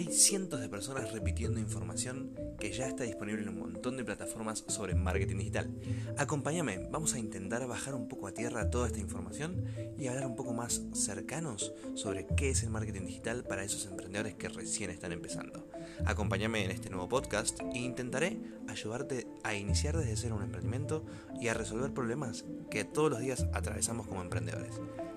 Hay cientos de personas repitiendo información que ya está disponible en un montón de plataformas sobre marketing digital. Acompáñame, vamos a intentar bajar un poco a tierra toda esta información y hablar un poco más cercanos sobre qué es el marketing digital para esos emprendedores que recién están empezando. Acompáñame en este nuevo podcast e intentaré ayudarte a iniciar desde cero un emprendimiento y a resolver problemas que todos los días atravesamos como emprendedores.